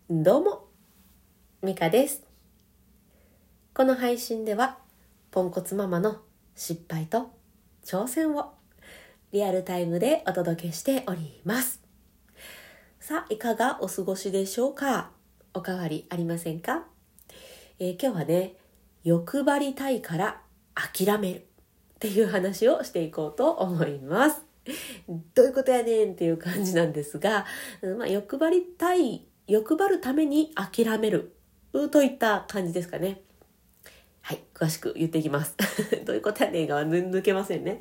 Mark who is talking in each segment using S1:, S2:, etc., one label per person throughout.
S1: どうも、ミカです。この配信ではポンコツママの失敗と挑戦をリアルタイムでお届けしております。さあ、いかがお過ごしでしょうか？おかわりありませんか？今日はね、欲張りたいから諦めるっていう話をしていこうと思います。どういうことやねんっていう感じなんですが、欲張るために諦めるといった感じですかね。はい、詳しく言っていきます。どういうことやねんが抜けませんね。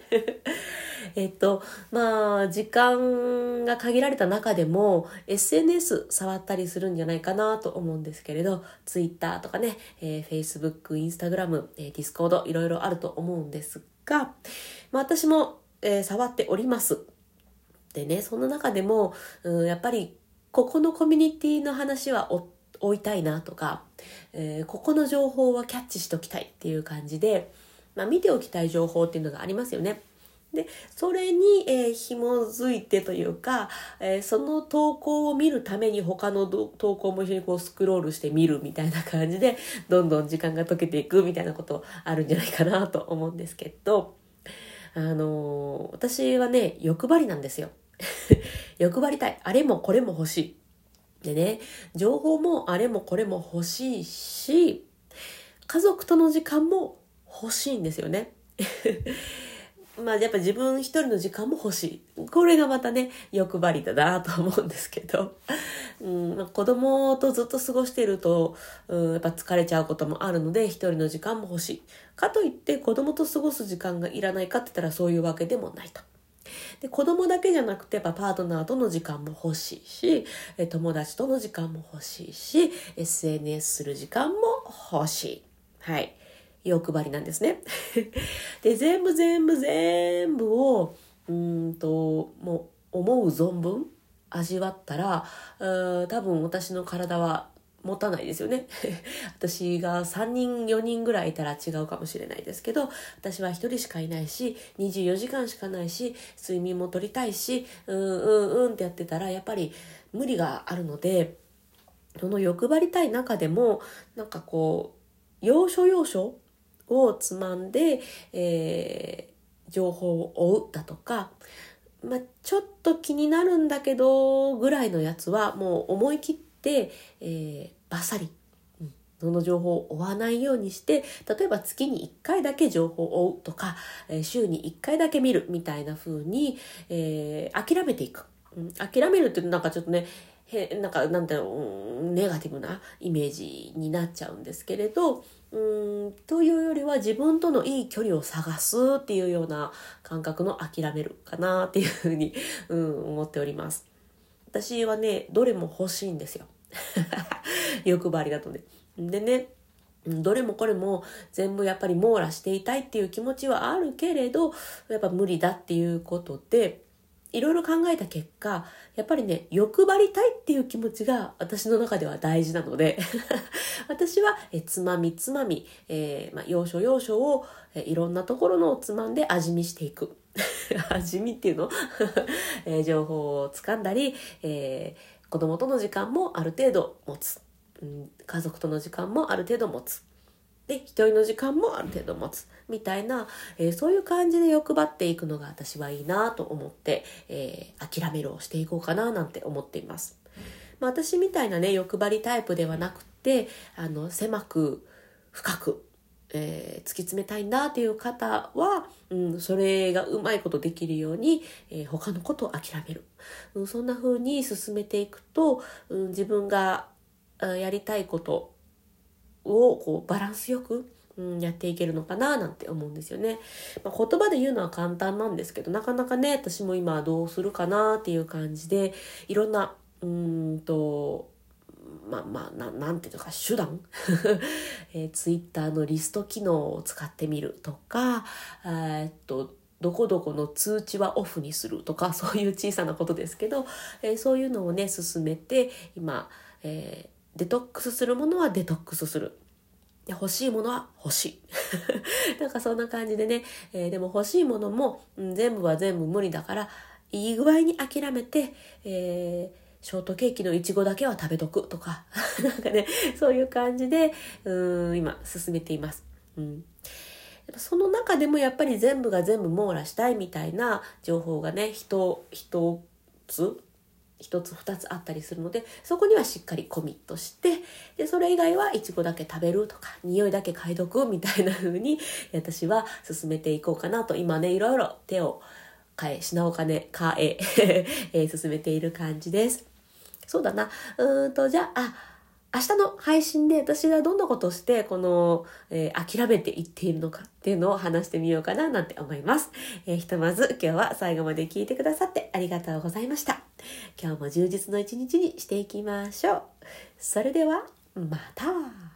S1: 時間が限られた中でも SNS 触ったりするんじゃないかなと思うんですけれど、Twitter とかね、Facebook、Instagram、Discord いろいろあると思うんですが、私も、触っております。でね、その中でも、やっぱりここのコミュニティの話は追いたいなとか、ここの情報はキャッチしときたいっていう感じで、見ておきたい情報っていうのがありますよね。で、それに、紐づいてというか、その投稿を見るために他の投稿も一緒にこうスクロールして見るみたいな感じで、どんどん時間が溶けていくみたいなことあるんじゃないかなと思うんですけど、私はね、欲張りなんですよ。欲張りたい。あれもこれも欲しい。でね、情報もあれもこれも欲しいし、家族との時間も欲しいんですよね。やっぱ自分一人の時間も欲しい。これがまたね、欲張りだなと思うんですけど、子供とずっと過ごしていると、やっぱ疲れちゃうこともあるので、一人の時間も欲しい。かといって子供と過ごす時間がいらないかって言ったらそういうわけでもないと。で、子供だけじゃなくて、パートナーとの時間も欲しいし、友達との時間も欲しいし、SNS する時間も欲しい。はい。欲張りなんですね。で、全部を、もう思う存分味わったら、多分私の体は持たないですよね。私が3人4人ぐらいいたら違うかもしれないですけど、私は1人しかいないし、24時間しかないし、睡眠も取りたいし、ってやってたらやっぱり無理があるので、その欲張りたい中でも要所をつまんで、情報を追うだとか、ちょっと気になるんだけどぐらいのやつはもう思い切って、バッサリ、その情報を追わないようにして、例えば月に1回だけ情報を追うとか、週に1回だけ見るみたいな風に、諦めていく。諦めるってなんかちょっとね、ネガティブなイメージになっちゃうんですけれど、というよりは自分とのいい距離を探すっていうような感覚の諦めるかなっていうふうに、思っております。私はね、どれも欲しいんですよ。欲張りだとね。でね、どれもこれも全部やっぱり網羅していたいっていう気持ちはあるけれど、やっぱ無理だっていうことで、いろいろ考えた結果、やっぱりね、欲張りたいっていう気持ちが私の中では大事なので、私はつまみ、要所要所をいろんなところのをつまんで味見していく。味見っていうの、情報をつかんだり、子供との時間もある程度持つ。家族との時間もある程度持つ。で、一人の時間もある程度持つ。みたいな、そういう感じで欲張っていくのが私はいいなと思って、諦めるをしていこうかななんて思っています。私みたいなね、欲張りタイプではなくて、狭く深く、突き詰めたいんだっていう方は、それがうまいことできるように、他のことを諦める。そんな風に進めていくと、自分がやりたいことをバランスよく、やっていけるのかななんて思うんですよね。言葉で言うのは簡単なんですけど、なかなかね、私も今どうするかなっていう感じで、いろんな、なんていうのか、手段ツイッターのリスト機能を使ってみるとか、どこどこの通知はオフにするとか、そういう小さなことですけど、そういうのをね、進めて、今、デトックスするものはデトックスする。で、欲しいものは欲しい。なんかそんな感じでね、でも欲しいものも、全部は全部無理だから、いい具合に諦めて、 ショートケーキのいちごだけは食べとくとかなんかね、そういう感じで今進めています。その中でもやっぱり全部が全部網羅したいみたいな情報がね、一つ二つあったりするので、そこにはしっかりコミットして、でそれ以外はいちごだけ食べるとか匂いだけ嗅いどくみたいな風に私は進めていこうかなと、今ねいろいろ手を品を変え進めている感じです。そうだな。じゃあ明日の配信で私がどんなことをして諦めていっているのかっていうのを話してみようかななんて思います。ひとまず今日は最後まで聞いてくださってありがとうございました。今日も充実の一日にしていきましょう。それではまた。